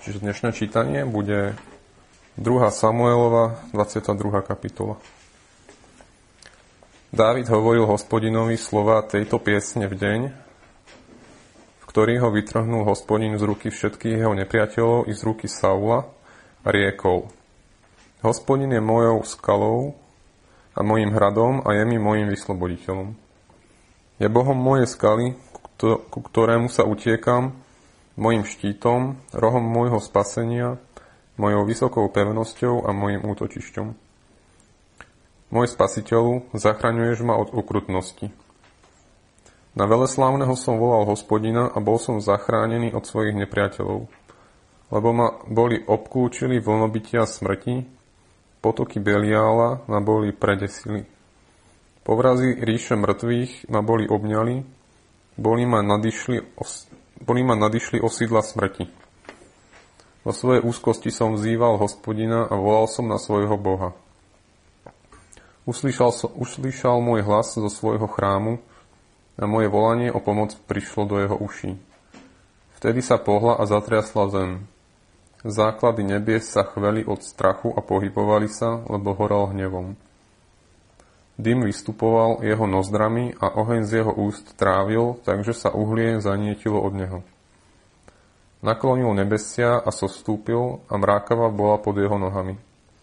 Čiže dnešné čítanie bude 2. Samuelova, 22. kapitola. Dávid hovoril Hospodinovi slova tejto piesne v deň, v ktorý ho vytrhnul Hospodin z ruky všetkých jeho nepriateľov i z ruky Saula a riekol: Hospodin je mojou skalou a mojím hradom a je mi mojím vysloboditeľom. Je Bohom mojej skaly, ku ktorému sa utiekam, mojím štítom, rohom môjho spasenia, mojou vysokou pevnosťou a mojím útočišťom. Môj Spasiteľu, zachraňuješ ma od ukrutnosti. Na veleslávneho som volal Hospodina a bol som zachránený od svojich nepriateľov, lebo ma boli obklúčili vlnobytia smrti, potoky Beliála ma boli predesili. Povrazy ríše mŕtvych ma boli obňali, boli ma nadišli osídla smrti. Vo svojej úzkosti som vzýval Hospodina a volal som na svojho Boha. Uslyšal môj hlas zo svojho chrámu a moje volanie o pomoc prišlo do jeho uší. Vtedy sa pohla a zatriasla zem. Základy nebies sa chveli od strachu a pohybovali sa, lebo horel hnevom. Dym vystupoval jeho nozdrami a oheň z jeho úst trávil, takže sa uhlie zanietilo od neho. Naklonil nebesia a zostúpil a mrákava bola pod jeho nohami.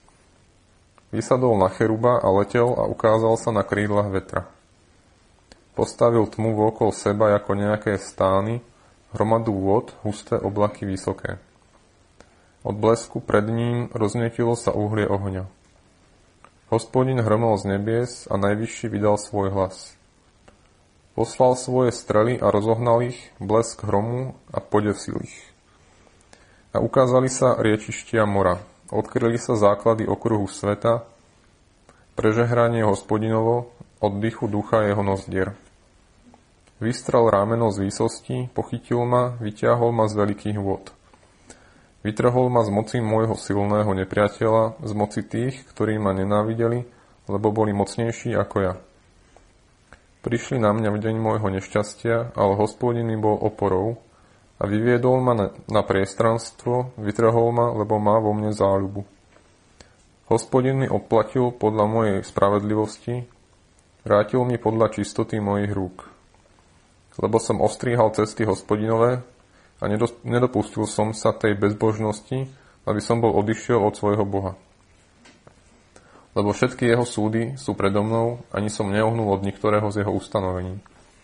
Vysadol na cheruba a letel a ukázal sa na krídlach vetra. Postavil tmu vôkol seba ako nejaké stány, hromadu vôd, husté oblaky vysoké. Od blesku pred ním roznietilo sa uhlie ohňa. Hospodin hrmol z nebies a najvyšší vydal svoj hlas. Poslal svoje strely a rozohnal ich, blesk hromu a podesil ich. A ukázali sa riečištia mora. Odkryli sa základy okruhu sveta, prežehranie Hospodinovo, oddychu ducha jeho nozdier. Vystrel rámeno z výsosti, pochytil ma, vyťahol ma z veľkých vôd. Vytrhol ma z moci môjho silného nepriateľa, z moci tých, ktorí ma nenávideli, lebo boli mocnejší ako ja. Prišli na mňa v deň môjho nešťastia, ale Hospodin mi bol oporou a vyviedol ma na priestranstvo, vytrhol ma, lebo má vo mne záľubu. Hospodin mi odplatil podľa mojej spravedlivosti, vrátil mi podľa čistoty mojich rúk. Lebo som ostríhal cesty Hospodinové, a nedopustil som sa tej bezbožnosti, aby som bol odišiel od svojho Boha. Lebo všetky jeho súdy sú predo mnou, ani som neohnul od niektorého z jeho ustanovení.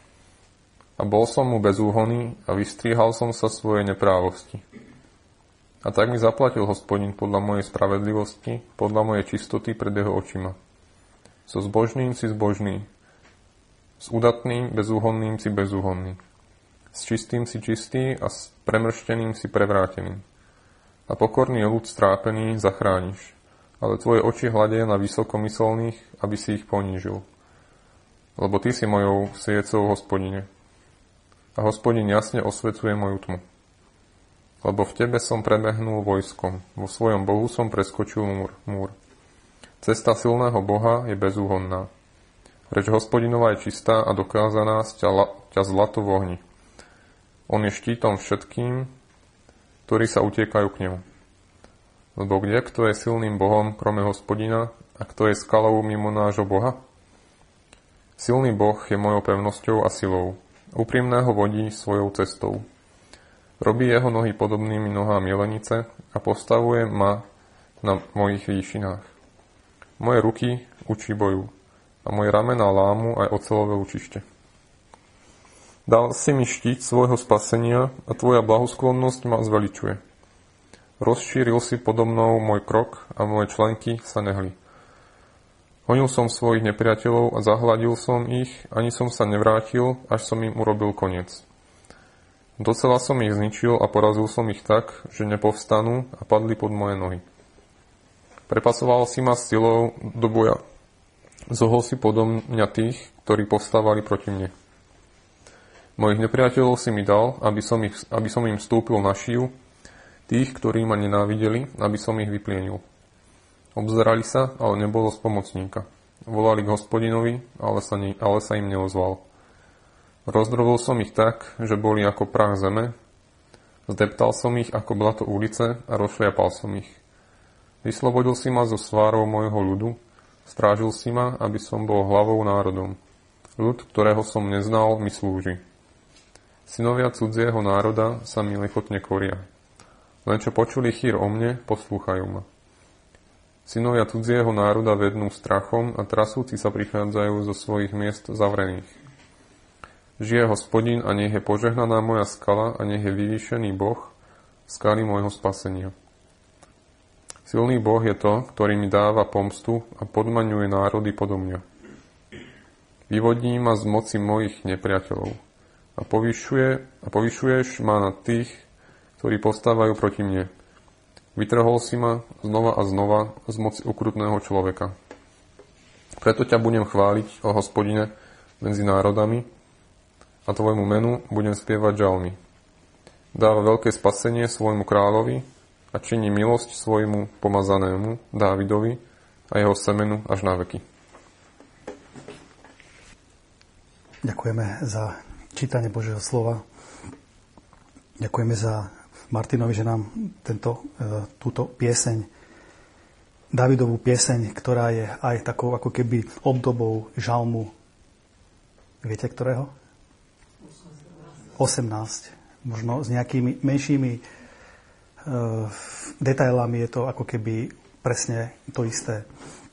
A bol som mu bezúhonný a vystriehal som sa svojej neprávosti. A tak mi zaplatil Hospodin podľa mojej spravedlivosti, podľa mojej čistoty pred jeho očima. So zbožným si zbožný, s udatným bezúhonným si bezúhonný. S čistým si čistý a s premršteným si prevrátený. A pokorný ľud strápený zachrániš, ale tvoje oči hľadia na vysokomyselných, aby si ich ponížil. Lebo ty si mojou siecou, Hospodine. A Hospodin jasne osvecuje moju tmu. Lebo v tebe som prebehnul vojskom, vo svojom Bohu som preskočil múr. Cesta silného Boha je bezúhonná. Reč Hospodinová je čistá a dokázaná ťa zlato v ohni. On je štítom všetkým, ktorí sa utiekajú k nemu. Lebo kto je silným Bohom, krome Hospodina, a kto je skalou mimo nášho Boha? Silný Boh je mojou pevnosťou a silou. Úprimného vodí svojou cestou. Robí jeho nohy podobnými nohám jelenice a postavuje ma na mojich výšinách. Moje ruky učí boju a moje ramená lámu aj oceľové učište. Dal si mi štít svojho spasenia a tvoja blahosklonnosť ma zveličuje. Rozšíril si podo mnou môj krok a moje členky sa nehli. Honil som svojich nepriateľov a zahladil som ich, ani som sa nevrátil, až som im urobil koniec. Docela som ich zničil a porazil som ich tak, že nepovstanú a padli pod moje nohy. Prepasoval si ma s silou do boja. Zohol si podo mňa tých, ktorí povstávali proti mne. Mojich nepriateľov si mi dal, aby som im vstúpil na šiju, tých, ktorí ma nenávideli, aby som ich vyplienil. Obzerali sa, ale nebolo spomocníka. Volali k Hospodinovi, ale sa im neozval. Rozdrobil som ich tak, že boli ako prach zeme Zdeptal som ich ako blato ulice a rozšliapal som ich. Vyslobodil si ma zo svárov môjho ľudu, strážil si ma, aby som bol hlavou národom. Ľud, ktorého som neznal, mi slúži. Synovia cudzieho národa sa mi lechotne koria. Len čo počuli chýr o mne, poslúchajú ma. Synovia cudzieho národa vednú strachom a trasúci sa prichádzajú zo svojich miest zavrených. Žije Hospodin a nech je požehnaná moja skala a nech je vyvýšený Boh, skaly môjho spasenia. Silný Boh je to, ktorý mi dáva pomstu a podmaňuje národy podo mňa. Vyvodí ma z moci mojich nepriateľov a povyšuješ ma nad tých, ktorí postávajú proti mne. Vytrhol si ma znova a znova z moci ukrutného človeka. Preto ťa budem chváliť, o Hospodine, medzi národami a tvojmu menu budem spievať žalmy. Dáva veľké spasenie svojmu kráľovi a činí milosť svojmu pomazanému Dávidovi a jeho semenu až na veky. Ďakujeme za čítanie Božieho slova. Ďakujeme za Martinovi, že nám túto pieseň, Dávidovú pieseň, ktorá je aj takou ako keby obdobou žalmu, viete ktorého? 18. Možno s nejakými menšími detailami je to ako keby presne to isté.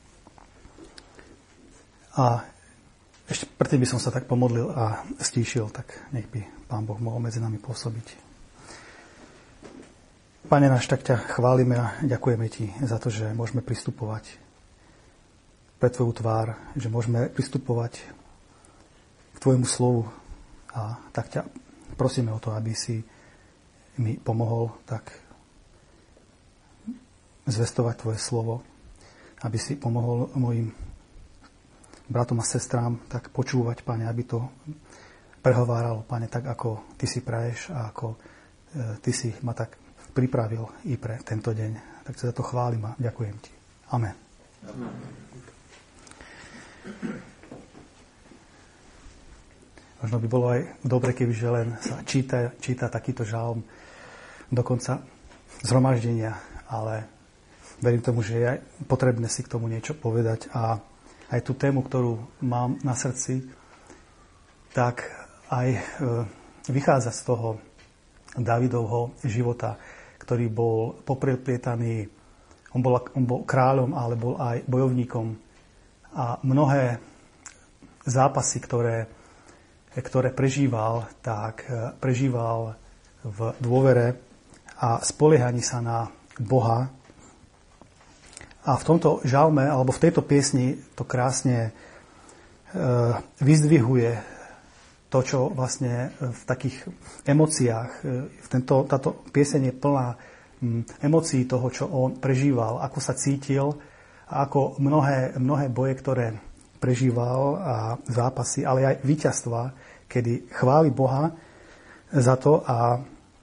A ešte predtým by som sa tak pomodlil a stíšil, tak nech by Pán Boh mohol medzi nami pôsobiť. Pane náš, tak ťa chválime a ďakujeme Ti za to, že môžeme pristupovať pre Tvoju tvár, že môžeme pristupovať k Tvojmu slovu a tak ťa prosíme o to, aby si mi pomohol tak zvestovať Tvoje slovo, aby si pomohol mojim bratom a sestrám tak počúvať, Pane, aby to prehováralo, Pane, tak ako Ty si praješ a ako Ty si ma tak pripravil i pre tento deň. Tak sa za to chválim a ďakujem Ti. Amen. Možno by bolo aj dobre, kebyže len sa číta takýto žalm do konca zhromaždenia, ale verím tomu, že je aj potrebné si k tomu niečo povedať a aj tú tému, ktorú mám na srdci, tak aj vychádza z toho Dávidovho života, ktorý bol popreplietaný, on bol kráľom, ale bol aj bojovníkom a mnohé zápasy, ktoré prežíval, tak prežíval v dôvere a spoliehaní sa na Boha. A v tomto žalme, alebo v tejto piesni to krásne vyzdvihuje to, čo vlastne v takých emóciách, táto pieseň je plná emócií toho, čo on prežíval, ako sa cítil a ako mnohé boje, ktoré prežíval a zápasy, ale aj víťazstva, kedy chváli Boha za to a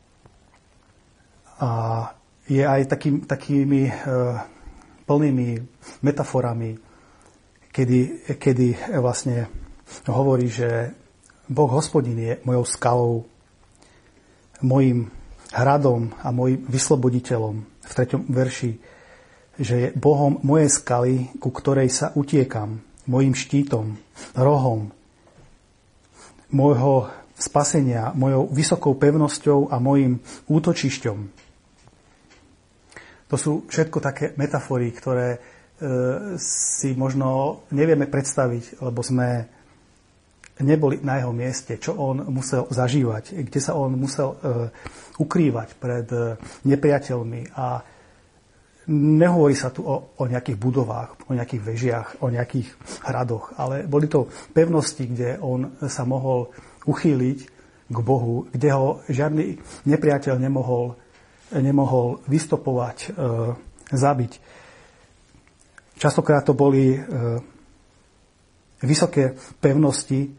je aj takými plnými metaforami, kedy vlastne hovorí, že Boh Hospodin je mojou skalou, mojím hradom a mojím vysloboditeľom. V 3. verši, že je Bohom mojej skaly, ku ktorej sa utiekam, mojím štítom, rohom, môjho spasenia, mojou vysokou pevnosťou a mojím útočišťom. To sú všetko také metafory, ktoré si možno nevieme predstaviť, lebo sme neboli na jeho mieste, čo on musel zažívať, kde sa on musel ukrývať pred nepriateľmi. A nehovorí sa tu o nejakých budovách, o nejakých vežiach, o nejakých hradoch, ale boli to pevnosti, kde on sa mohol uchýliť k Bohu, kde ho žiadny nepriateľ nemohol vystopovať, zabiť. Častokrát to boli vysoké pevnosti,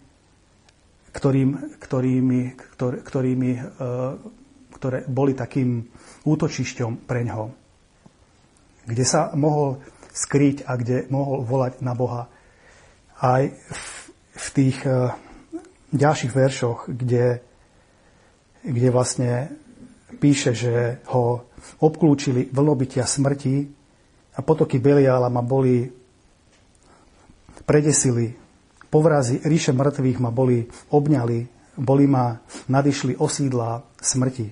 ktoré boli takým útočišťom preňho, kde sa mohol skryť a kde mohol volať na Boha. Aj v tých ďalších veršoch, kde vlastne píše, že ho obklúčili vlnobytia smrti a potoky Beliála ma boli predesili, povrazy ríše mŕtvych ma boli obňali, boli ma nadišli osídla smrti.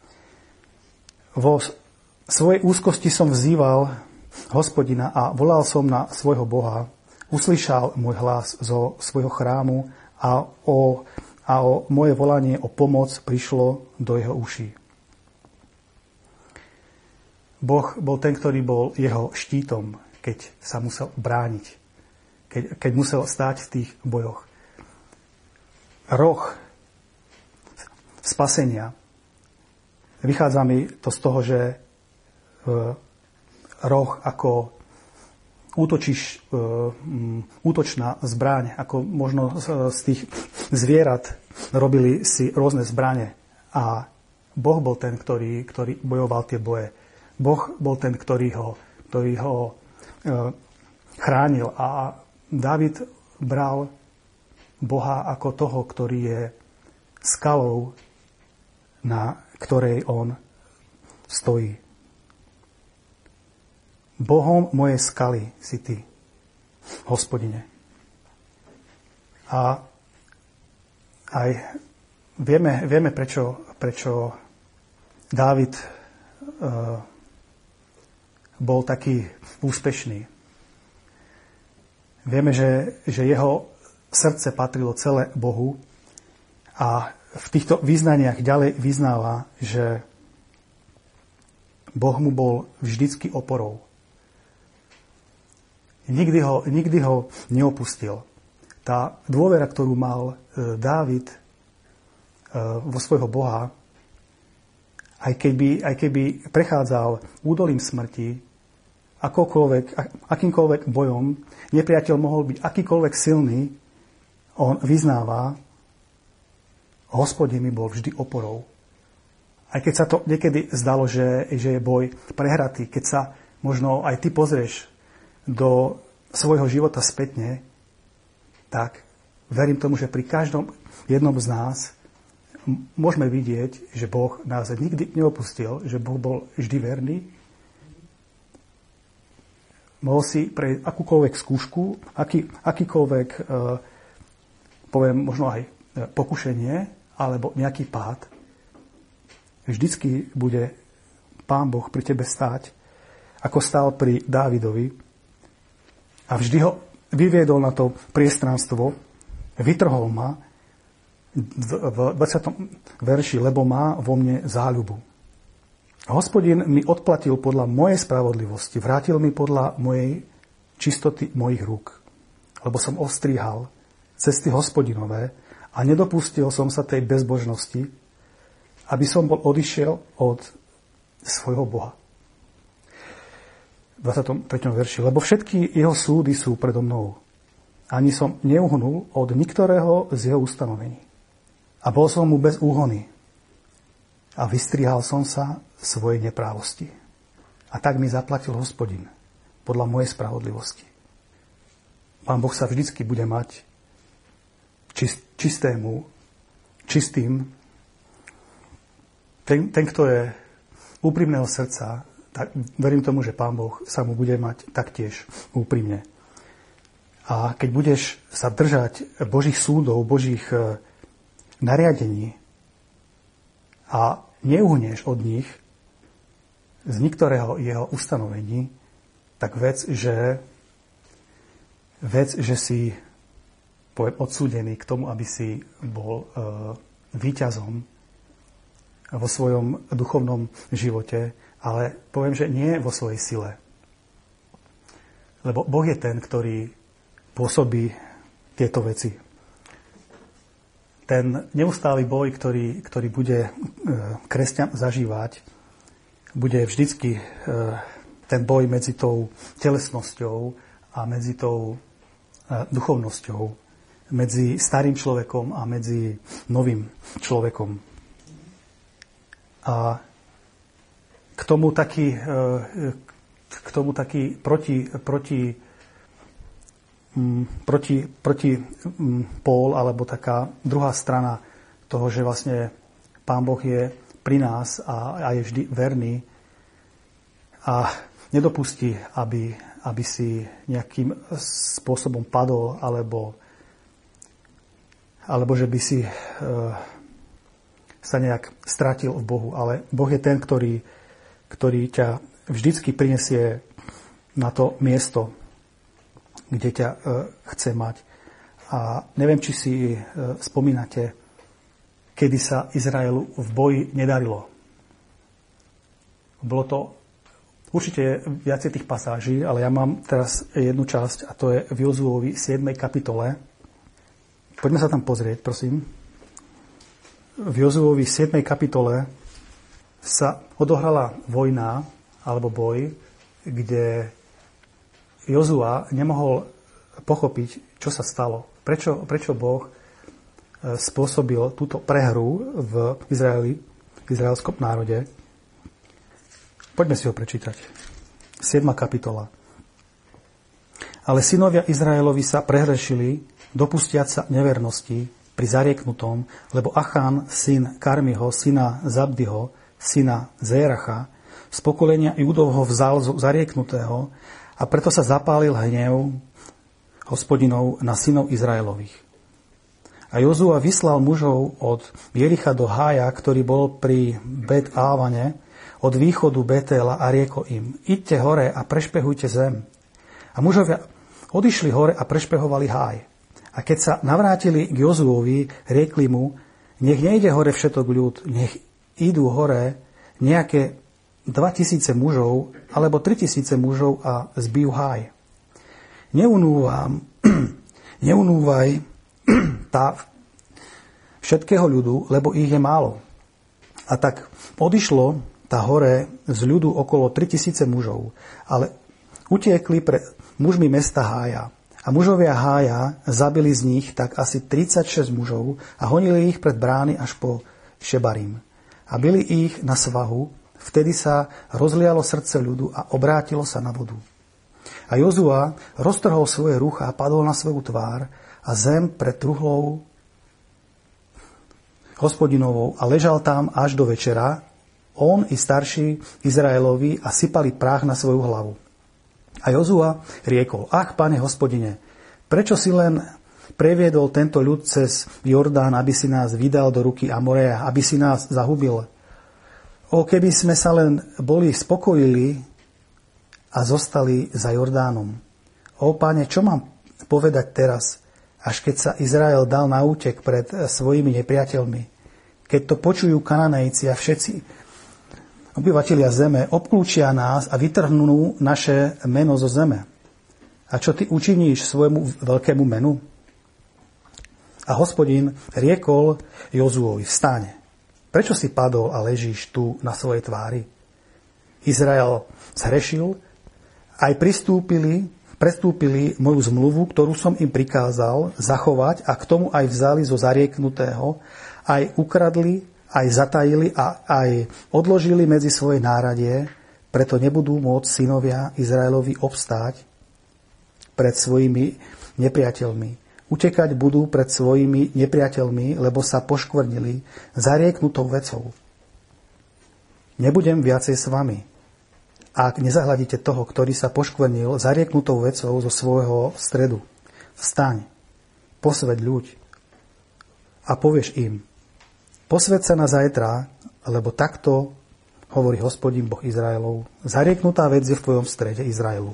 Vo svojej úzkosti som vzýval Hospodina a volal som na svojho Boha. Uslyšal môj hlas zo svojho chrámu a o moje volanie o pomoc prišlo do jeho uší. Boh bol ten, ktorý bol jeho štítom, keď sa musel brániť, keď musel stáť v tých bojoch. Roh spasenia. Vychádza mi to z toho, že roh ako útočná zbraň, ako možno z tých zvierat robili si rôzne zbrane. A Boh bol ten, ktorý bojoval tie boje. Boh bol ten, ktorý ho chránil. A Dávid bral Boha ako toho, ktorý je skalou, na ktorej on stojí. Bohom mojej skaly si ty, Hospodine. A aj vieme prečo Dávid bol taký úspešný. Vieme, že jeho srdce patrilo celé Bohu a v týchto význaniach ďalej vyznáva, že Boh mu bol vždycky oporou. Nikdy ho neopustil. Tá dôvera, ktorú mal Dávid vo svojho Boha, aj keby prechádzal údolím smrti, akýmkoľvek bojom, nepriateľ mohol byť akýkoľvek silný, on vyznáva, Hospodin mi bol vždy oporou. Aj keď sa to niekedy zdalo, že je boj prehratý, keď sa možno aj ty pozrieš do svojho života spätne, tak verím tomu, že pri každom jednom z nás môžeme vidieť, že Boh nás nikdy neopustil, že Boh bol vždy verný. Mohol si pre akúkoľvek skúšku, akýkoľvek, poviem možno aj pokušenie, alebo nejaký pád, vždycky bude Pán Boh pri tebe stáť, ako stál pri Dávidovi a vždy ho vyviedol na to priestranstvo, vytrhol ma v 20. verši, lebo má vo mne záľubu. Hospodin mi odplatil podľa mojej spravodlivosti, vrátil mi podľa mojej čistoty mojich rúk, lebo som ostríhal cesty Hospodinové a nedopustil som sa tej bezbožnosti, aby som bol odišiel od svojho Boha. V 23. verši. Lebo všetky jeho súdy sú predo mnou. Ani som neuhnul od niektorého z jeho ustanovení. A bol som mu bez úhony. A vystrihal som sa svojej neprávosti. A tak mi zaplatil Hospodin podľa mojej spravodlivosti. Pán Boh sa vždycky bude mať čistým. Ten, kto je úprimného srdca, tak verím tomu, že Pán Boh sa mu bude mať taktiež úprimne. A keď budeš sa držať Božích súdov, Božích nariadení a neuhneš od nich z niektorého jeho ustanovení, tak vec, že si odsúdený k tomu, aby si bol víťazom vo svojom duchovnom živote, ale poviem, že nie vo svojej sile. Lebo Boh je ten, ktorý pôsobí tieto veci. Ten neustály boj, ktorý bude kresťan zažívať, bude vždycky ten boj medzi tou telesnosťou a medzi tou duchovnosťou, medzi starým človekom a medzi novým človekom. A k tomu taký proti pól, alebo taká druhá strana toho, že vlastne Pán Boh je pri nás a je vždy verný a nedopustí, aby si nejakým spôsobom padol alebo že by si sa nejak stratil v Bohu. Ale Boh je ten, ktorý ťa vždycky prinesie na to miesto, kde ťa chce mať. A neviem, či si spomínate, kedy sa Izraelu v boji nedarilo. Bolo to určite viacej tých pasáží, ale ja mám teraz jednu časť a to je v Jozuovi 7. kapitole. Poďme sa tam pozrieť, prosím. V Jozuovi 7. kapitole sa odohrala vojna alebo boj, kde Jozua nemohol pochopiť, čo sa stalo. Prečo Boh spôsobil túto prehru v Izraeli, v izraelskom národe. Poďme si ho prečítať. 7. kapitola. Ale synovia Izraelovi sa prehrešili, dopustiať sa nevernosti pri zarieknutom, lebo Achán, syn Karmiho, syna Zabdiho, syna Zéracha, z pokolenia Júdovho vzal zarieknutého a preto sa zapálil hnev Hospodinov na synov Izraelových. A Jozua vyslal mužov od Jericha do Hája, ktorý bol pri Bet Ávane, od východu Betela a riekol im: Idte hore a prešpehujte zem. A mužovia odišli hore a prešpehovali Háj. A keď sa navrátili k Jozuovi, riekli mu: Nech nejde hore všetok ľud, nech idú hore nejaké 2000 mužov alebo 3000 mužov a zbijú Háj. Neunúvaj všetkého ľudu, lebo ich je málo. A tak odišlo tá hore z ľudu okolo 3000 mužov, ale utiekli pred mužmi mesta Hája. A mužovia Hája zabili z nich tak asi 36 mužov a honili ich pred brány až po Šebarim. A bili ich na svahu, vtedy sa rozlialo srdce ľudu a obrátilo sa na vodu. A Jozua roztrhol svoje rucha a padol na svoju tvár a zem pred truhlou Hospodinovou a ležal tam až do večera, on i starší Izraelovi, a sypali prach na svoju hlavu. A Jozua riekol: Ach, Pane Hospodine, prečo si len previedol tento ľud cez Jordán, aby si nás vydal do ruky Amoreja, aby si nás zahubil? Keby sme sa len boli spokojili a zostali za Jordánom. Pane, čo mám povedať teraz, až keď sa Izrael dal na útek pred svojimi nepriateľmi? Keď to počujú Kananejci a všetci obyvatelia zeme, obklúčia nás a vytrhnú naše meno zo zeme. A čo ty učiníš svojmu veľkému menu? A Hospodin riekol Jozuovi: Vstaň, prečo si padol a ležíš tu na svojej tvári? Izrael zhrešil, aj prestúpili moju zmluvu, ktorú som im prikázal zachovať, a k tomu aj vzali zo zarieknutého, aj ukradli, aj zatajili a aj odložili medzi svoje náradie, preto nebudú môcť synovia Izraelovi obstáť pred svojimi nepriateľmi. Utekať budú pred svojimi nepriateľmi, lebo sa poškvrnili zarieknutou vecou. Nebudem viacej s vami, ak nezahľadíte toho, ktorý sa poškvrnil zarieknutou vecou zo svojho stredu. Vstaň, posväť ľuď a povieš im: Posväť sa na zajtra, lebo takto hovorí Hospodin Boh Izraelov: zarieknutá vec je v tvojom strede, Izraelu.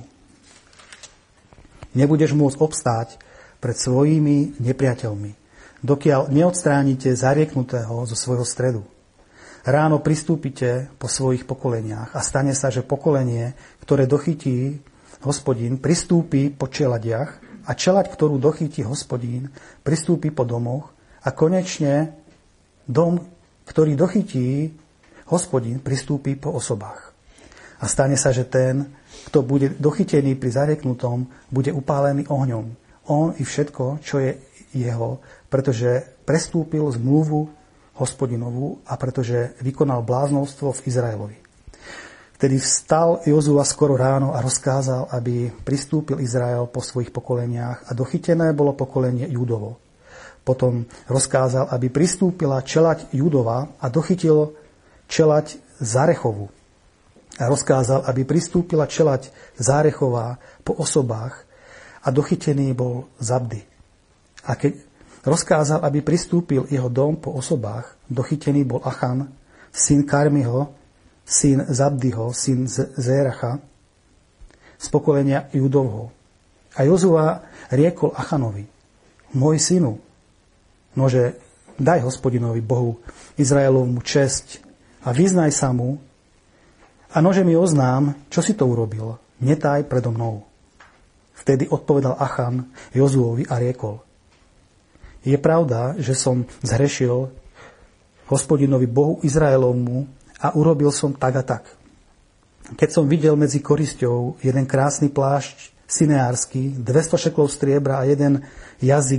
Nebudeš môcť obstáť pred svojimi nepriateľmi, dokiaľ neodstránite zarieknutého zo svojho stredu. Ráno pristúpite po svojich pokoleniach a stane sa, že pokolenie, ktoré dochytí Hospodin, pristúpi po čeladiach a čelať, ktorú dochytí Hospodin, pristúpi po domoch a konečne dom, ktorý dochytí Hospodin, pristúpi po osobách. A stane sa, že ten, kto bude dochytený pri zarieknutom, bude upálený ohňom. On i všetko, čo je jeho, pretože prestúpil zmluvu Hospodinovú a pretože vykonal bláznovstvo v Izraelovi. Vtedy vstal Jozua skoro ráno a rozkázal, aby pristúpil Izrael po svojich pokoleniach, a dochytené bolo pokolenie Júdovo. Potom rozkázal, aby pristúpila čeľaď Júdova a dochytil čeľaď Zárechovu. A rozkázal, aby pristúpila čeľaď Zárechová po osobách a dochytený bol Zabdy. A keď rozkázal, aby pristúpil jeho dom po osobách, dochytený bol Achan, syn Karmiho, syn Zabdyho, syn Zéracha, z pokolenia Judovho. A Jozua riekol Achanovi: môj synu, nože daj Hospodinovi Bohu Izraelovmu česť a vyznaj sa mu, a nože mi oznám, čo si to urobil, netaj predo mnou. Vtedy odpovedal Achan Jozuovi a riekol: je pravda, že som zhrešil Hospodinovi Bohu Izraelovmu a urobil som tak a tak. Keď som videl medzi korisťou jeden krásny plášť sineársky, 200 šeklov striebra a jeden jazyk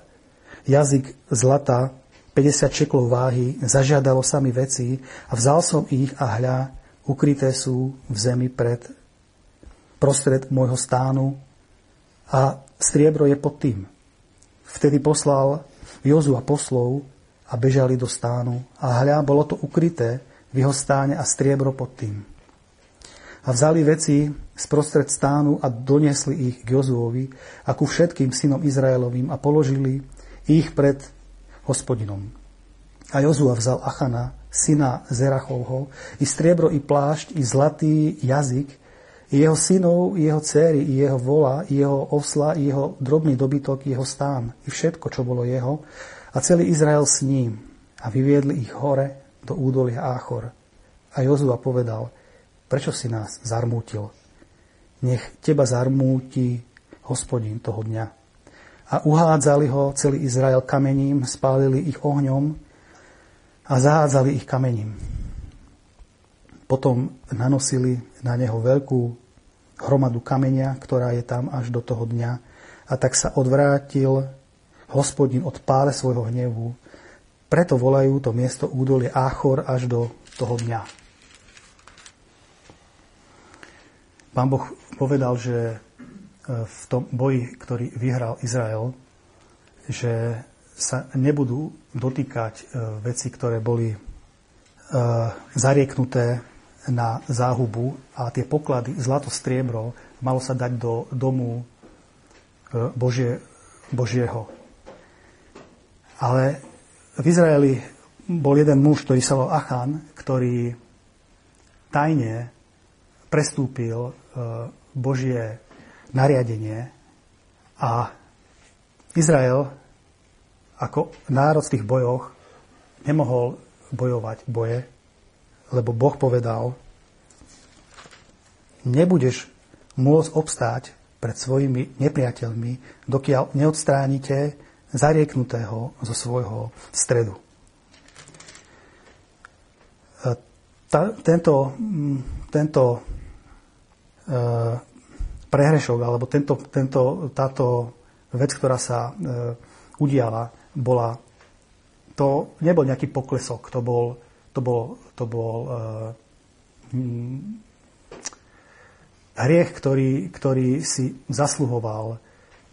zlata, 50 šeklov váhy, zažiadalo sa mi veci a vzal som ich a hľa, ukryté sú v zemi prostred môjho stánu a striebro je pod tým. Vtedy poslal Jozua poslov a bežali do stánu a hľa, bolo to ukryté v jeho stáne a striebro pod tým. A vzali veci sprostred stánu a doniesli ich k Jozuovi a ku všetkým synom Izraelovým a položili ich pred Hospodinom. A Jozua vzal Achana, syna Zerachovho, i striebro, i plášť, i zlatý jazyk, i jeho synov, i jeho dcéry, i jeho vola, i jeho osla, i jeho drobný dobytok, i jeho stán, i všetko, čo bolo jeho, a celý Izrael s ním. A vyviedli ich hore do údolia Áchor. A Jozua povedal: prečo si nás zarmútil? Nech teba zarmúti Hospodin toho dňa. A uhádzali ho celý Izrael kamením, spálili ich ohňom a zahádzali ich kamením. Potom nanosili na neho veľkú hromadu kamenia, ktorá je tam až do toho dňa. A tak sa odvrátil Hospodin od pále svojho hnevu. Preto volajú to miesto údolie Áchor až do toho dňa. Pán Boh povedal, že v tom boji, ktorý vyhral Izrael, že sa nebudú dotýkať veci, ktoré boli zarieknuté na záhubu, a tie poklady, zlato, striebro, malo sa dať do domu Božieho. Ale v Izraeli bol jeden muž, ktorý sa volal Achan, ktorý tajne prestúpil Božie nariadenie a Izrael ako národ v tých bojoch nemohol bojovať boje, lebo Boh povedal: nebudeš môcť obstáť pred svojimi nepriateľmi, dokiaľ neodstránite zarieknutého zo svojho stredu. Tento prehrešok, alebo táto vec, ktorá sa udiala, to nebol nejaký poklesok, to bol hriech, ktorý si zasluhoval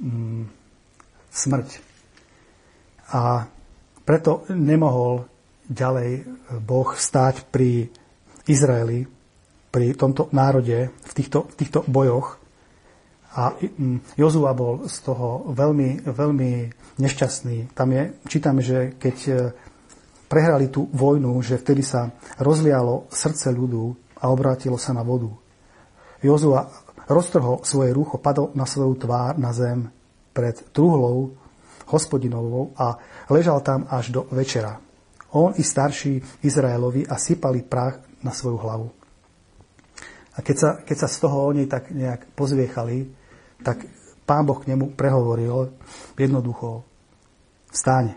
smrť. A preto nemohol ďalej Boh stáť pri Izraeli, pri tomto národe, v týchto bojoch. A Jozua bol z toho veľmi, veľmi nešťastný. Čítame, že keď prehrali tú vojnu, že vtedy sa rozlialo srdce ľudu a obrátilo sa na vodu. Jozua roztrhol svoje rúcho, padol na svoju tvár na zem pred truhlou Hospodinovou a ležal tam až do večera. On i starší Izraelovi a sypali prach na svoju hlavu. A keď sa z toho oni tak nejak pozviechali, tak Pán Boh k nemu prehovoril jednoducho: vstaň.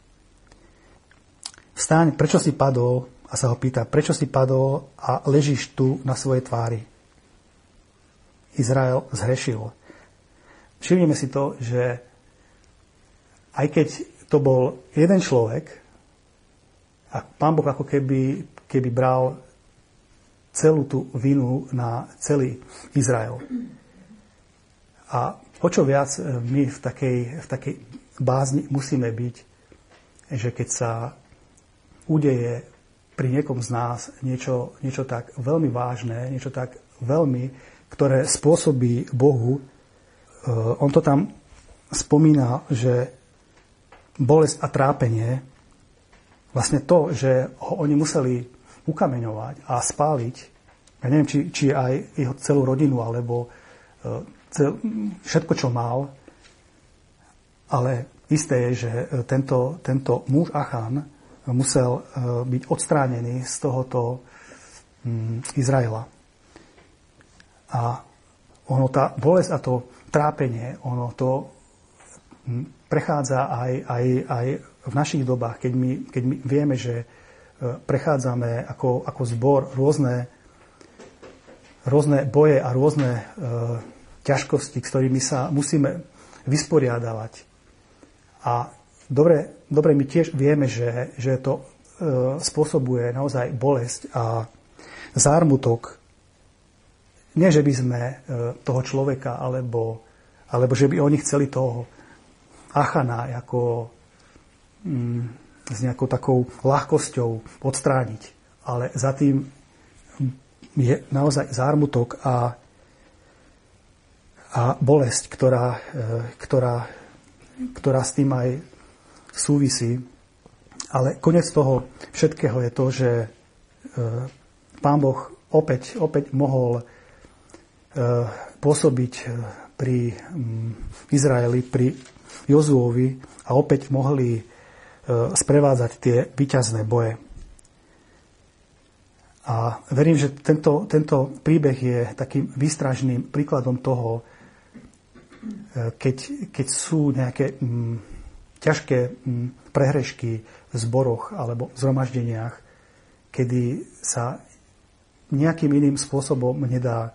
Vstaň, prečo si padol? A sa ho pýta, prečo si padol a ležíš tu na svojej tvári? Izrael zhrešil. Všimnime si to, že aj keď to bol jeden človek, a Pán Boh ako keby bral celú tú vinu na celý Izrael. A o čo viac my v takej bázni musíme byť, že keď sa udeje pri niekom z nás niečo tak veľmi vážne, niečo tak veľmi, ktoré spôsobí Bohu. On to tam spomína, že bolesť a trápenie, vlastne to, že ho oni museli ukameňovať a spáliť, ja neviem, či aj jeho celú rodinu, alebo všetko, čo mal, ale isté je, že tento muž Achan musel byť odstránený z tohoto Izraela. A ono, tá bolesť a to trápenie, ono to prechádza aj v našich dobách, keď my vieme, že prechádzame ako zbor rôzne boje a rôzne ťažkosti, s ktorými sa musíme vysporiadavať. A dobre my tiež vieme, že to spôsobuje naozaj bolesť a zármutok. Nie, že by sme toho človeka, alebo že by oni chceli toho Achana ako s nejakou takou ľahkosťou odstrániť. Ale za tým je naozaj zármutok a bolesť, ktorá s tým aj súvisí. Ale koniec toho všetkého je to, že Pán Boh opäť mohol pôsobiť pri Izraeli, pri Jozuovi a opäť mohli sprevádzať tie víťazné boje. A verím, že tento príbeh je takým výstražným príkladom toho, keď sú nejaké ťažké prehrešky v zboroch alebo v zhromaždeniach, kedy sa nejakým iným spôsobom nedá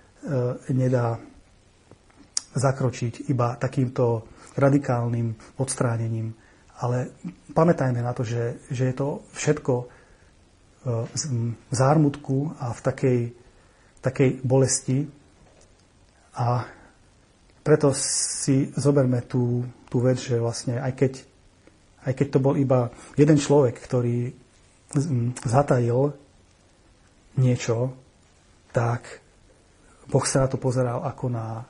zakročiť iba takýmto radikálnym odstránením. Ale pamätajme na to, že je to všetko v zármutku a v takej bolesti. A preto si zoberme tú vec, že vlastne aj keď to bol iba jeden človek, ktorý zatajil niečo, tak Boh sa na to pozeral ako na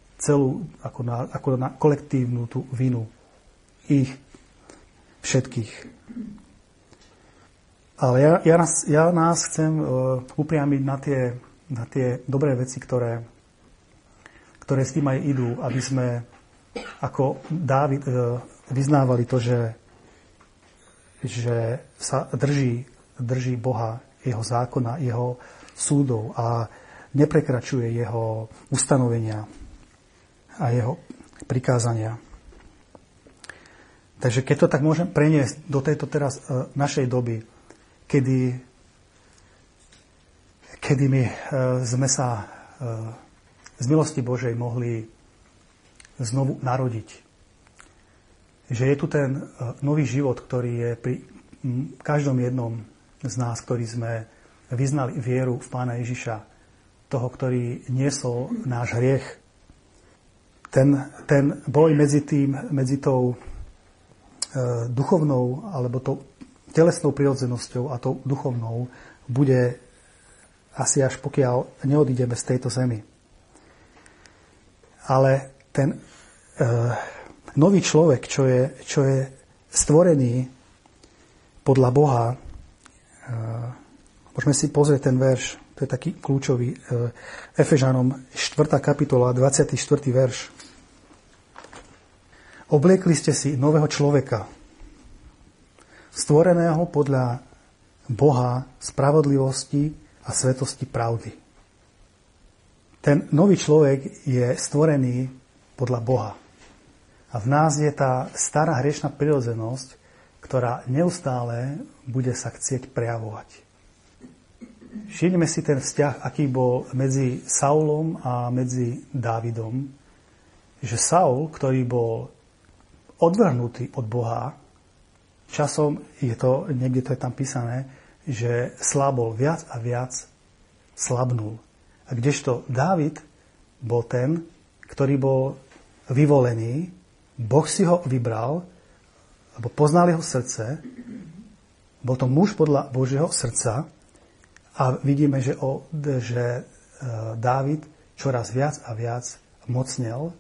kolektívnu tú vinu ich všetkých. Ale ja nás chcem upriamiť na tie dobré veci, ktoré s tým aj idú, aby sme ako Dávid vyznávali to, že sa drží Boha, jeho zákona, jeho súdov a neprekračuje jeho ustanovenia a jeho prikázania. Takže keď to tak môžem preniesť do tejto teraz našej doby, kedy my sme sa z milosti Božej mohli znovu narodiť. Že je tu ten nový život, ktorý je pri každom jednom z nás, ktorí sme vyznali vieru v Pána Ježiša, toho, ktorý niesol náš hriech. Ten boj medzi tou duchovnou alebo tou telesnou prirodzenosťou a tou duchovnou bude asi až pokiaľ neodídeme z tejto zemi. Ale ten nový človek, čo je stvorený podľa Boha, môžeme si pozrieť ten verš, to je taký kľúčový, Efežanom 4. kapitola, 24. verš. Obliekli ste si nového človeka, stvoreného podľa Boha, spravodlivosti a svetosti pravdy. Ten nový človek je stvorený podľa Boha. A v nás je tá stará hriešna prirodzenosť, ktorá neustále bude sa chcieť prejavovať. Všimnime si ten vzťah, aký bol medzi Saulom a medzi Dávidom, že Saul, ktorý bol odvrhnutý od Boha, časom je to, niekde to je tam písané, že slabol viac a viac slabnul. A kdežto Dávid bol ten, ktorý bol vyvolený, Boh si ho vybral, lebo poznal jeho srdce Bol to muž podľa Božieho srdca a vidíme, že Dávid čoraz viac a viac mocnel,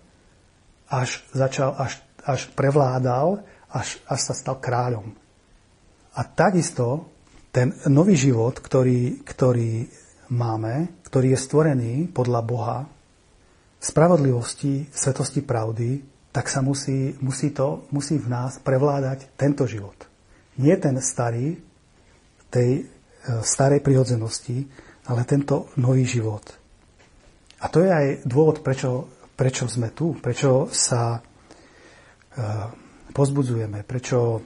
až prevládal, až sa stal kráľom. A takisto ten nový život, ktorý máme, ktorý je stvorený podľa Boha, spravodlivosti, svetosti, pravdy, tak sa musí v nás prevládať tento život. Nie ten starý, tej starej prirodzenosti, ale tento nový život. A to je aj dôvod, prečo sme tu, prečo sa pozbudzujeme, prečo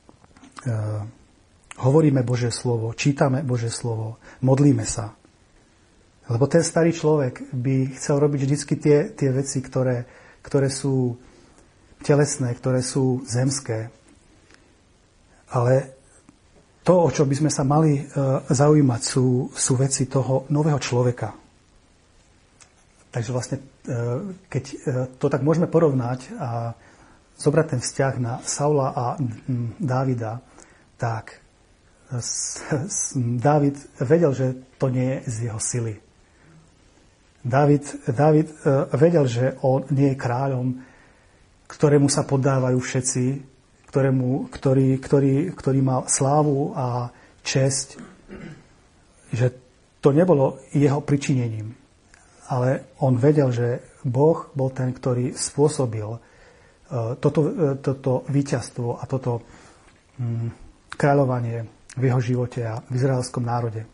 hovoríme Božie slovo, čítame Božie slovo, modlíme sa. Lebo ten starý človek by chcel robiť vždy tie veci, ktoré sú telesné, ktoré sú zemské. Ale to, o čo by sme sa mali zaujímať, sú veci toho nového človeka. Takže vlastne, keď to tak môžeme porovnať a zobrať ten vzťah na Saula a Dávida, tak Dávid vedel, že to nie je z jeho sily. Dávid vedel, že on nie je kráľom, ktorému sa poddávajú všetci, ktorý mal slávu a česť, že to nebolo jeho pričinením. Ale on vedel, že Boh bol ten, ktorý spôsobil toto víťazstvo a toto kráľovanie v jeho živote a v izraelskom národe.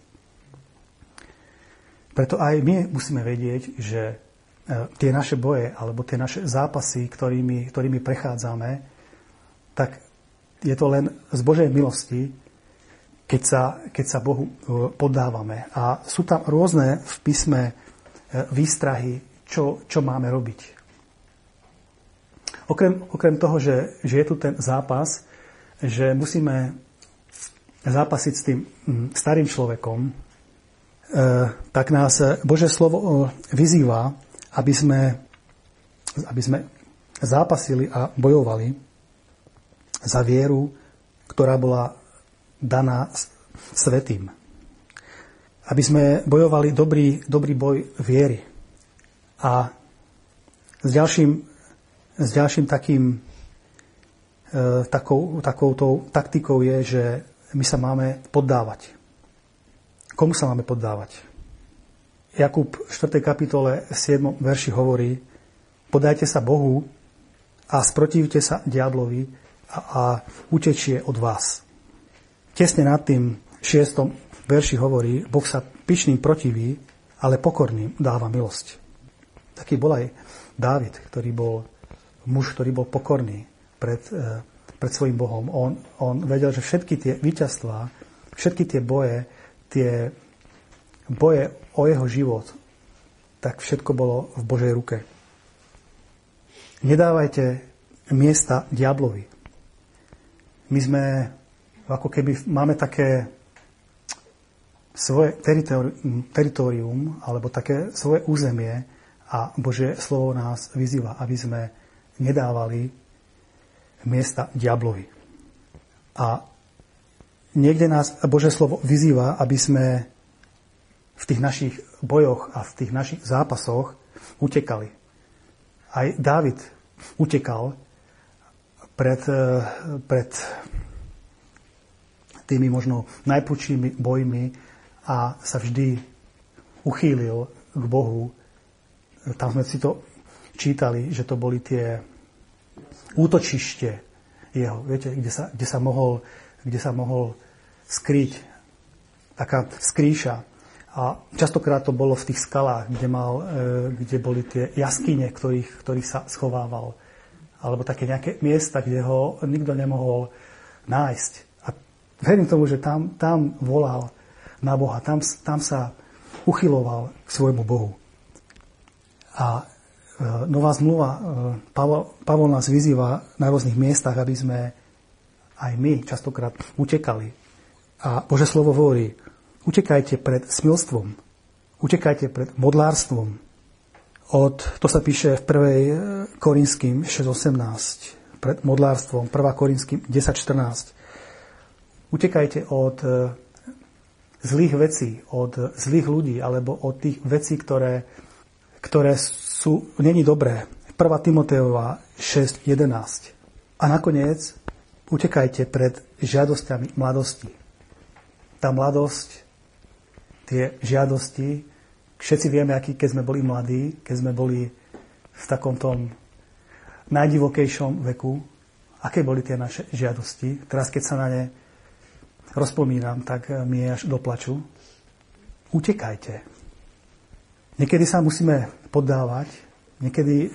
Preto aj my musíme vedieť, že tie naše boje alebo tie naše zápasy, ktorými prechádzame, tak je to len z Božej milosti, keď sa Bohu poddávame. A sú tam rôzne v písme výstrahy, čo máme robiť. Okrem toho, že je tu ten zápas, že musíme zápasiť s tým starým človekom, tak nás Božie slovo vyzýva, aby sme zápasili a bojovali za vieru, ktorá bola daná svätým. Aby sme bojovali dobrý boj viery. A s ďalším takouto taktikou je, že my sa máme poddávať. Komu sa máme poddávať? Jakub v 4. kapitole 7. verši hovorí: podajte sa Bohu a sprotivte sa diablovi a utečie od vás. Tesne nad tým 6. verši hovorí: Boh sa pyšným protiví, ale pokorným dáva milosť. Taký bol aj Dávid, ktorý bol muž, ktorý bol pokorný pred svojím Bohom. On vedel, že všetky tie víťazstvá, všetky tie boje o jeho život, tak všetko bolo v Božej ruke. Nedávajte miesta diablovi. My sme, ako keby máme také svoje teritorium, alebo také svoje územie a Božie slovo nás vyzýva, aby sme nedávali miesta diablovi. A niekde nás Božie slovo vyzýva, aby sme v tých našich bojoch a v tých našich zápasoch utekali. Aj Dávid utekal pred tými možno najprudšími bojmi a sa vždy uchýlil k Bohu. Tam sme si to čítali, že to boli tie útočište jeho, viete, kde sa mohol skryť, taká skrýša. A častokrát to bolo v tých skalách, kde boli tie jaskyne, ktorých sa schovával. Alebo také nejaké miesta, kde ho nikto nemohol nájsť. A verím tomu, že tam volal na Boha, tam sa uchyloval k svojmu Bohu. A nová zmluva, Pavol nás vyzýva na rôznych miestach, aby sme aj my častokrát utekali. A Božie slovo hovorí: utekajte pred smilstvom, utekajte pred modlárstvom. To sa píše v 1. Korinským 6.18, pred modlárstvom, 1. Korinským 10.14. Utekajte od zlých vecí, od zlých ľudí, alebo od tých vecí, ktoré sú není dobré. 1. Timoteova 6.11. A nakoniec utekajte pred žiadosťami mladosti. Tá mladosť, tie žiadosti, všetci vieme, aký, keď sme boli mladí, keď sme boli v takom tom najdivokejšom veku, aké boli tie naše žiadosti. Teraz, keď sa na ne rozpomínam, tak mi je až do plaču. Utekajte. Niekedy sa musíme poddávať, niekedy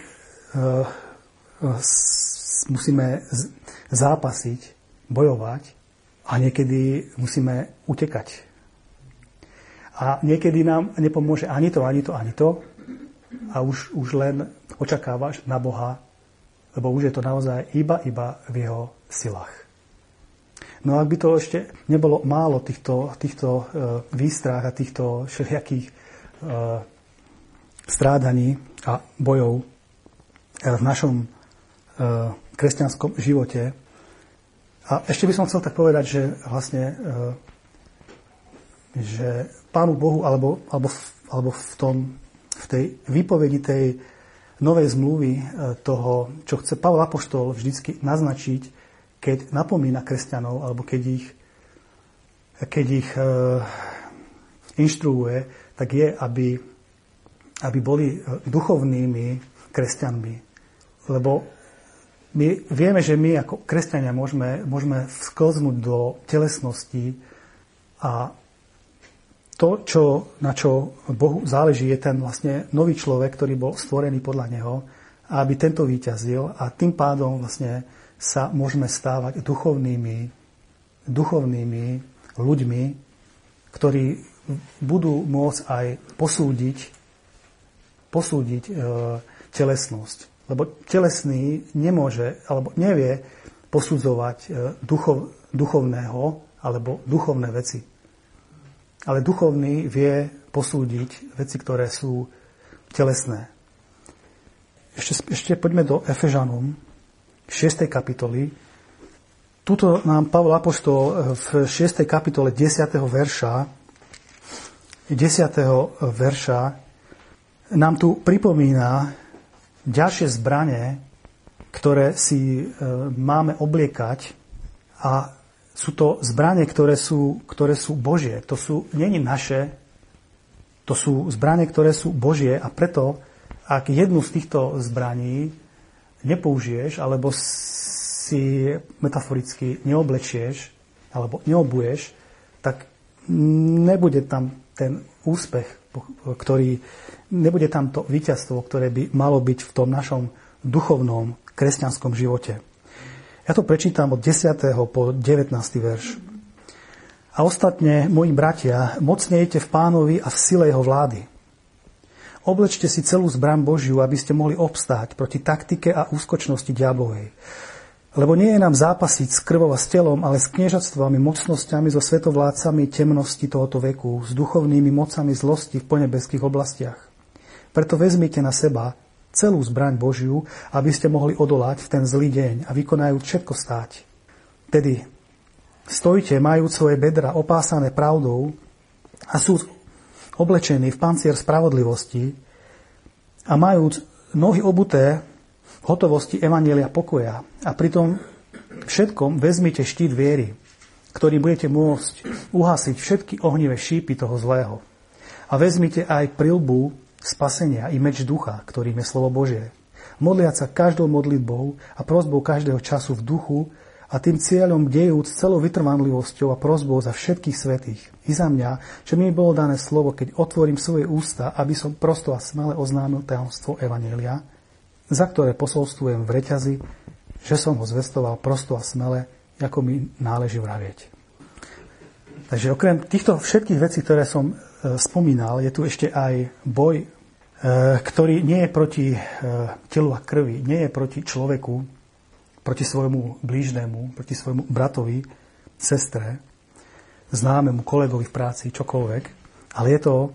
musíme zápasiť, bojovať a niekedy musíme utekať. A niekedy nám nepomôže ani to, a už len očakávaš na Boha, lebo už je to naozaj iba v jeho silách. No ak by to ešte nebolo málo týchto výstrah a týchto všelijakých strádaní a bojov v našom kresťanskom živote. A ešte by som chcel tak povedať, že vlastne že Pánu Bohu alebo v tej výpovedi tej novej zmluvy toho, čo chce Pavol apoštol vždycky naznačiť, keď napomína kresťanov alebo keď ich inštruuje, tak je, aby boli duchovnými kresťanmi. Lebo my vieme, že my ako kresťania môžeme vsklznúť do telesnosti a to, na čo Bohu záleží, je ten vlastne nový človek, ktorý bol stvorený podľa neho, aby tento víťazil a tým pádom vlastne sa môžeme stávať duchovnými ľuďmi, ktorí budú môcť aj posúdiť telesnosť. Lebo telesný nemôže alebo nevie posudzovať duchovného alebo duchovné veci. Ale duchovný vie posúdiť veci, ktoré sú telesné. Ešte poďme do Efežanom, 6. kapitoly. Tuto nám Pavol apoštol v 6. kapitole 10. verša nám tu pripomína ďalšie zbrane, ktoré si máme obliekať a sú to zbrane, ktoré sú Božie. To sú nie naše, to sú zbrane, ktoré sú Božie a preto, ak jednu z týchto zbraní nepoužiješ, alebo si metaforicky neoblečieš, alebo neobuješ, tak nebude tam ten úspech, nebude tam to víťazstvo, ktoré by malo byť v tom našom duchovnom kresťanskom živote. Ja to prečítam od 10. po 19. verš. A ostatne, moji bratia, mocnejte v Pánovi a v sile jeho vlády. Oblečte si celú zbraň Božiu, aby ste mohli obstáť proti taktike a úskočnosti diablovej. Lebo nie je nám zápasiť s krvou a s telom, ale s kniežatstvami, mocnosťami, so svetovládcami temnosti tohoto veku, s duchovnými mocami zlosti v ponebeských oblastiach. Preto vezmite na seba celú zbraň Božiu, aby ste mohli odolať v ten zlý deň a vykonajúc všetko stáť. Tedy stojte, majúc svoje bedra opásané pravdou a sú oblečení v pancier spravodlivosti a majúc nohy obuté v hotovosti evanjelia pokoja. A pritom všetkom vezmite štít viery, ktorým budete môcť uhasiť všetky ohnivé šípy toho zlého. A vezmite aj prilbu spasenia i meč ducha, ktorým je slovo Božie. Modliať sa každou modlitbou a prosbou každého času v duchu a tým cieľom dejúc celou vytrvanlivosťou a prosbou za všetkých svätých. I za mňa, že mi bolo dané slovo, keď otvorím svoje ústa, aby som prosto a smele oznámil tajomstvo evanjelia, za ktoré posolstvujem v reťazi, že som ho zvestoval prosto a smele, ako mi náleží vravieť. Takže okrem týchto všetkých vecí, ktoré som spomínal, je tu ešte aj boj, ktorý nie je proti telu a krvi, nie je proti človeku, proti svojmu blížnemu, proti svojmu bratovi, sestre, známemu kolegovi v práci, čokoľvek, ale je to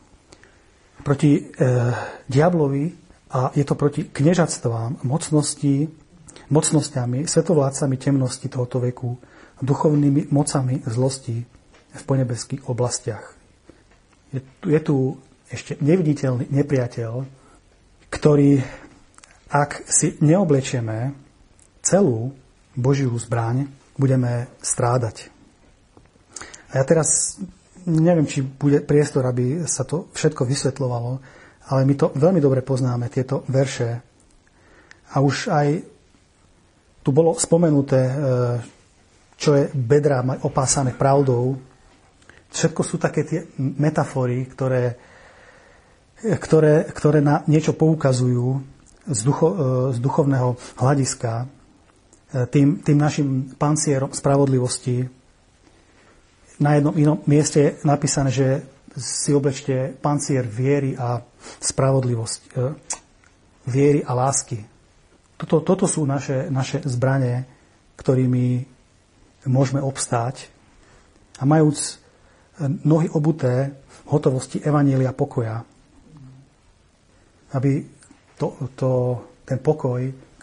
proti diablovi a je to proti kniežatstvám, mocnosťami, svetovládcami temnosti tohoto veku, duchovnými mocami zlosti v ponebeských oblastiach. Je tu ešte neviditeľný nepriateľ, ktorý, ak si neoblečieme celú Božiu zbraň, budeme strádať. A ja teraz neviem, či bude priestor, aby sa to všetko vysvetľovalo, ale my to veľmi dobre poznáme, tieto verše. A už aj tu bolo spomenuté, čo je bedra opásané pravdou. Všetko sú také tie metafory, ktoré na niečo poukazujú z duchovného hľadiska. Tým našim pancierom spravodlivosti. Na jednom inom mieste je napísané, že si oblečte pancier viery a spravodlivosti. Viery a lásky. Toto sú naše zbrane, ktorými môžeme obstáť. A majúc nohy obuté v hotovosti evanjelia pokoja, aby ten pokoj,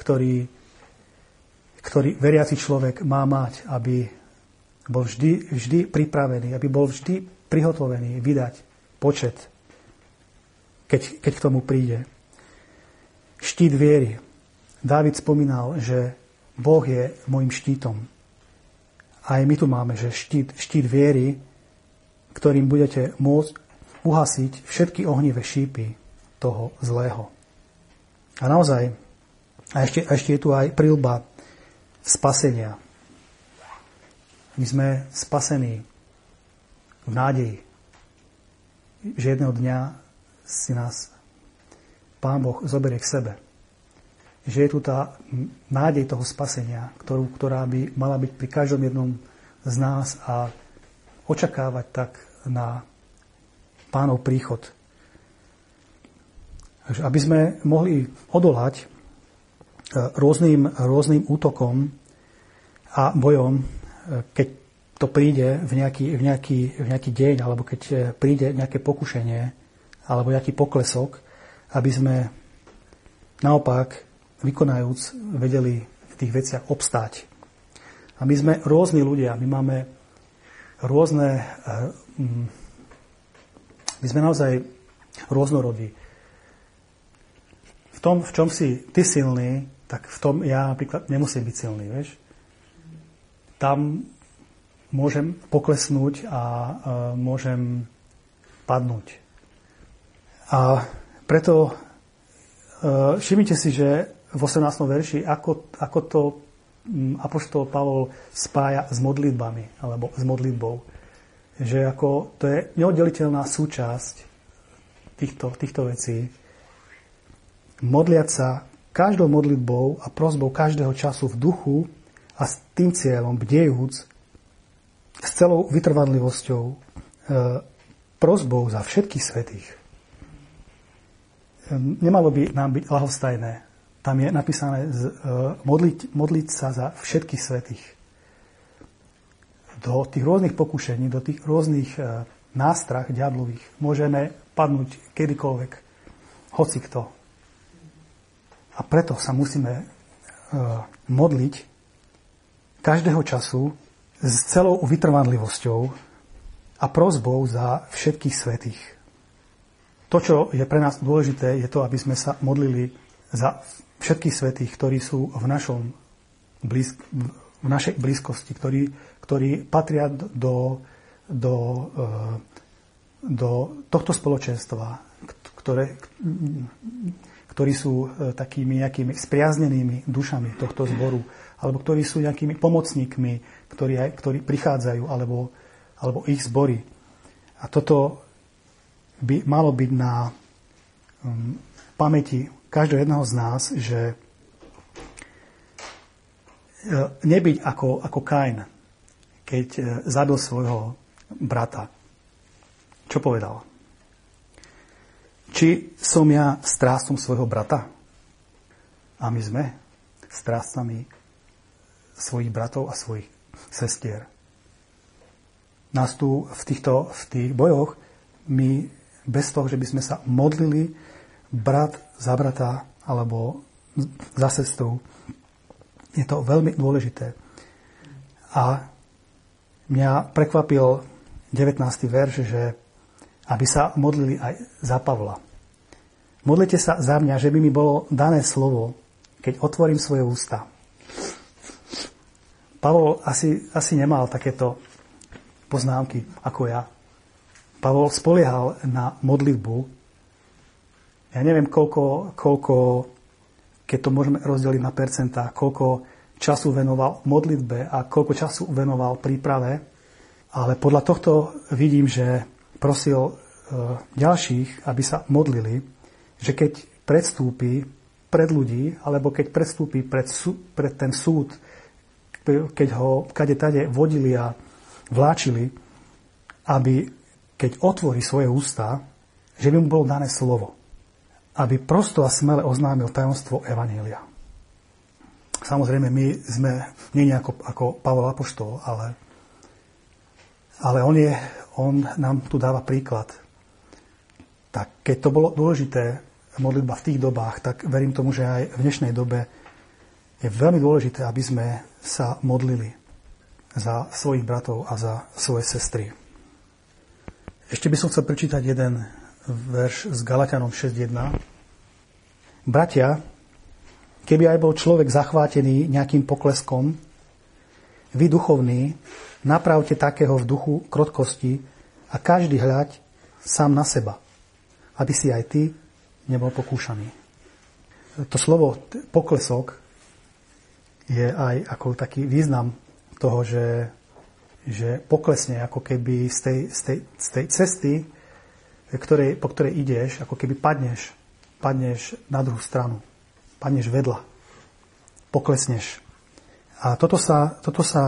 ktorý veriaci človek má mať, aby bol vždy pripravený, aby bol vždy prihotovený vydať počet, keď k tomu príde. Štít viery. Dávid spomínal, že Boh je môjim štítom. Aj my tu máme, že štít viery, ktorým budete môcť uhasiť všetky ohnivé šípy toho zlého. A naozaj, ešte je tu aj príľba spasenia. My sme spasení v nádeji, že jedného dňa si nás Pán Boh zoberie k sebe. Že je tu tá nádej toho spasenia, ktorá by mala byť pri každom jednom z nás a očakávať tak na Pánov príchod. Aby sme mohli odolať rôznym útokom a bojom, keď to príde v nejaký deň, alebo keď príde nejaké pokušenie, alebo nejaký poklesok, aby sme naopak, vykonajúc, vedeli v tých veciach obstáť. A my sme rôzni ľudia, my máme rôzne, my sme naozaj rôznorodí. V tom, v čom si ty silný, tak v tom ja napríklad nemusím byť silný, vieš. Tam môžem poklesnúť a môžem padnúť. A preto všimnite si, že v 18. verši, ako to apoštol Pavol spája s modlitbami, alebo s modlitbou. Že ako to je neoddeliteľná súčasť týchto vecí. Modliať sa každou modlitbou a prosbou každého času v duchu a s tým cieľom bdejúc s celou vytrvanlivosťou prosbou za všetkých svätých. Nemalo by nám byť ľahostajné. Tam je napísané modliť sa za všetkých svätých. Do tých rôznych pokušení, do tých rôznych nástrah diablových môžeme padnúť kedykoľvek, hocikto. A preto sa musíme modliť každého času s celou vytrvanlivosťou a prosbou za všetkých svätých. To, čo je pre nás dôležité, je to, aby sme sa modlili za všetkých svätých, ktorí sú v našej blízkosti, ktorí patria do tohto spoločenstva, ktorí sú takými nejakými spriaznenými dušami tohto zboru, alebo ktorí sú nejakými pomocníkmi, ktorí prichádzajú, alebo ich zbory. A toto by malo byť na pamäti každého jedného z nás, že nebyť ako Kain, keď zabil svojho brata. Čo povedal? Či som ja strážcom svojho brata? A my sme strážcami svojich bratov a svojich sestier. Nás tu v tých bojoch my bez toho, že by sme sa modlili brat za brata alebo za sestru, je to veľmi dôležité. A Mňa prekvapil 19. verš, že aby sa modlili aj za Pavla. Modlite sa za mňa, že by mi bolo dané slovo, keď otvorím svoje ústa. Pavol asi nemal takéto poznámky ako ja. Pavol spoliehal na modlitbu. Ja neviem, koľko, keď to môžeme rozdeliť na percentá, koľko času venoval modlitbe a koľko času venoval príprave. Ale podľa tohto vidím, že prosil ďalších, aby sa modlili, že keď predstúpi pred ľudí, alebo keď predstúpi pred ten súd, keď ho kade-tade vodili a vláčili, aby keď otvorí svoje ústa, že by mu bolo dané slovo. Aby prosto a smele oznámil tajomstvo evanjelia. Samozrejme, my sme nie ako Pavol apoštol, ale on nám tu dáva príklad. Tak keď to bolo dôležité, modlitba v tých dobách, tak verím tomu, že aj v dnešnej dobe je veľmi dôležité, aby sme sa modlili za svojich bratov a za svoje sestry. Ešte by som chcel prečítať jeden verš s Galatianom 6.1. Bratia, keby aj bol človek zachvátený nejakým pokleskom, vy duchovní, napravte takého v duchu krotkosti a každý hľaď sám na seba, aby si aj ty nebol pokúšaný. To slovo poklesok je aj ako taký význam toho, že poklesne ako keby z tej cesty, po ktorej ideš, ako keby padneš na druhú stranu. Padneš vedľa. Poklesneš. A toto sa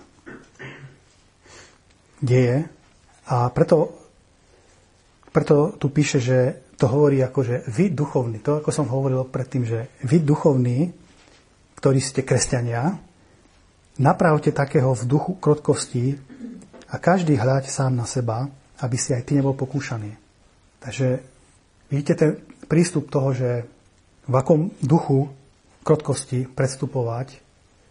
deje a preto tu píše, že to hovorí ako, že vy duchovní, to ako som hovoril predtým, že vy duchovní, ktorí ste kresťania, napravte takého v duchu krotkosti a každý hľaď sám na seba, aby si aj ty nebol pokúšaný. Takže vidíte ten prístup toho, že v akom duchu krotkosti predstupovať,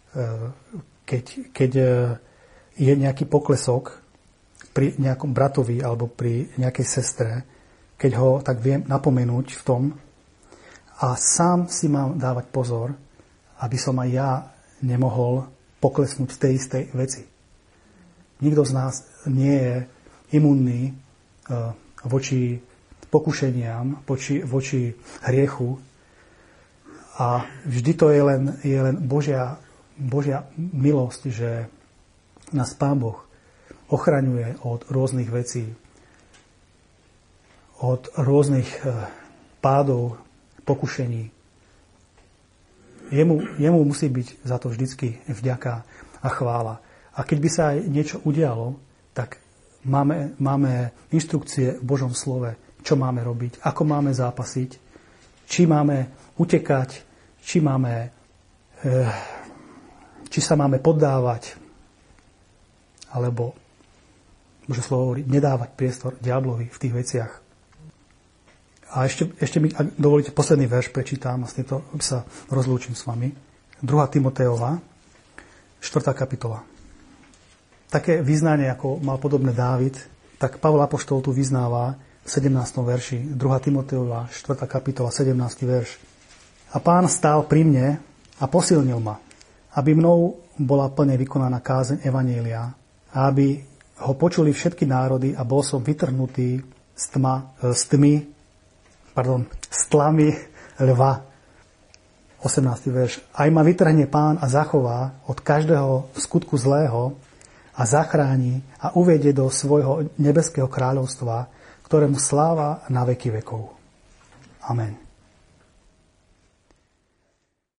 keď je nejaký poklesok pri nejakom bratovi alebo pri nejakej sestre, keď ho tak viem napomenúť v tom a sám si mám dávať pozor, aby som aj ja nemohol poklesnúť v tej istej veci. Nikto z nás nie je imunný voči pokušeniam, voči hriechu a vždy to je len Božia milosť, že nás Pán Boh ochraňuje od rôznych vecí, od rôznych pádov, pokušení. Jemu musí byť za to vždycky vďaka a chvála. A keď by sa aj niečo udialo, tak máme inštrukcie v Božom slove, čo máme robiť, ako máme zápasiť, či máme utekať, či sa máme poddávať, alebo Božie slovo hovorí, nedávať priestor diablovi v tých veciach. A ešte mi, ak dovolíte, posledný verš prečítam a s týmto sa rozlúčim s vami. 2. Timoteova, 4. kapitola. Také vyznanie, ako mal podobné Dávid, tak Pavol apoštol tu vyznáva v 17. verši, 2. Timoteova, 4. kapitola, 17. verš. A Pán stál pri mne a posilnil ma, aby mnou bola plne vykonaná kázeň evanjelia a aby ho počuli všetky národy a bol som vytrhnutý z tlamy lva. 18. verš. Aj ma vytrhne Pán a zachová od každého skutku zlého a zachráni a uvedie do svojho nebeského kráľovstva, ktorému sláva na veky vekov. Amen.